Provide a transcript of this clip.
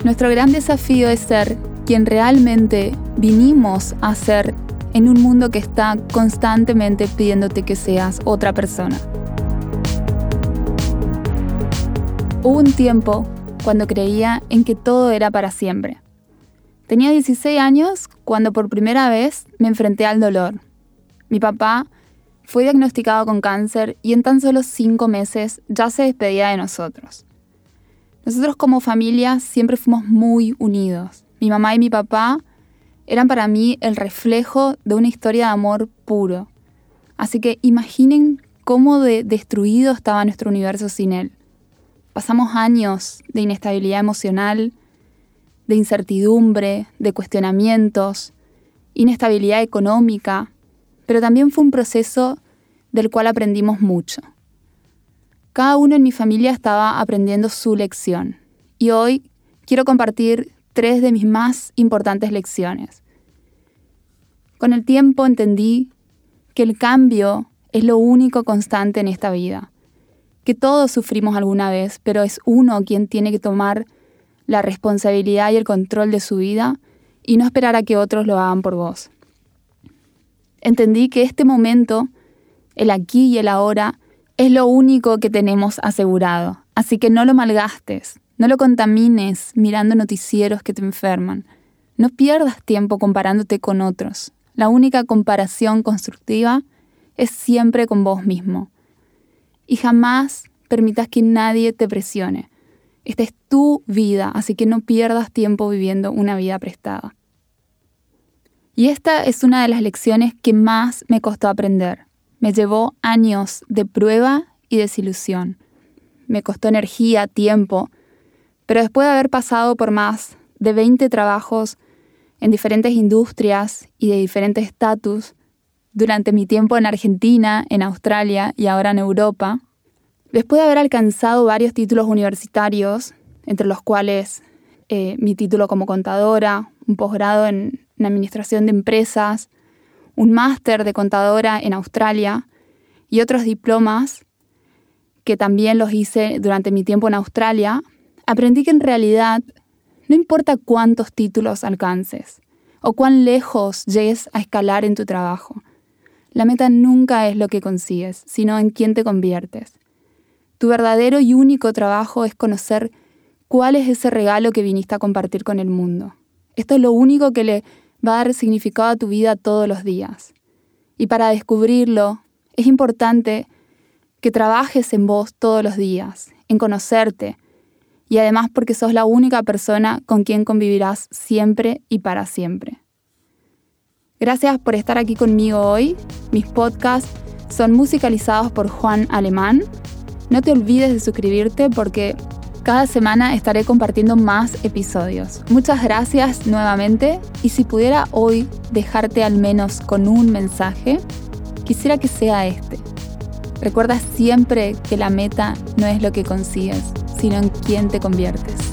Nuestro gran desafío es ser quien realmente vinimos a ser en un mundo que está constantemente pidiéndote que seas otra persona. Hubo un tiempo cuando creía en que todo era para siempre. Tenía 16 años cuando por primera vez me enfrenté al dolor. Mi papá fue diagnosticado con cáncer y en tan solo 5 meses ya se despedía de nosotros. Nosotros como familia siempre fuimos muy unidos. Mi mamá y mi papá eran para mí el reflejo de una historia de amor puro. Así que imaginen cómo destruido estaba nuestro universo sin él. Pasamos años de inestabilidad emocional, de incertidumbre, de cuestionamientos, inestabilidad económica, pero también fue un proceso del cual aprendimos mucho. Cada uno en mi familia estaba aprendiendo su lección y hoy quiero compartir 3 de mis más importantes lecciones. Con el tiempo entendí que el cambio es lo único constante en esta vida, que todos sufrimos alguna vez, pero es uno quien tiene que tomar la responsabilidad y el control de su vida y no esperar a que otros lo hagan por vos. Entendí que este momento, el aquí y el ahora, es lo único que tenemos asegurado, así que no lo malgastes, no lo contamines mirando noticieros que te enferman. No pierdas tiempo comparándote con otros. La única comparación constructiva es siempre con vos mismo. Y jamás permitas que nadie te presione. Esta es tu vida, así que no pierdas tiempo viviendo una vida prestada. Y esta es una de las lecciones que más me costó aprender. Me llevó años de prueba y desilusión. Me costó energía, tiempo, pero después de haber pasado por más de 20 trabajos en diferentes industrias y de diferentes estatus, durante mi tiempo en Argentina, en Australia y ahora en Europa, después de haber alcanzado varios títulos universitarios, entre los cuales mi título como contadora, un posgrado en administración de empresas, un máster de contadora en Australia y otros diplomas que también los hice durante mi tiempo en Australia, aprendí que en realidad no importa cuántos títulos alcances o cuán lejos llegues a escalar en tu trabajo. La meta nunca es lo que consigues, sino en quién te conviertes. Tu verdadero y único trabajo es conocer cuál es ese regalo que viniste a compartir con el mundo. Esto es lo único que le va a dar significado a tu vida todos los días. Y para descubrirlo, es importante que trabajes en vos todos los días, en conocerte, y además porque sos la única persona con quien convivirás siempre y para siempre. Gracias por estar aquí conmigo hoy. Mis podcasts son musicalizados por Juan Alemán. No te olvides de suscribirte porque cada semana estaré compartiendo más episodios. Muchas gracias nuevamente y si pudiera hoy dejarte al menos con un mensaje, quisiera que sea este. Recuerda siempre que la meta no es lo que consigues, sino en quién te conviertes.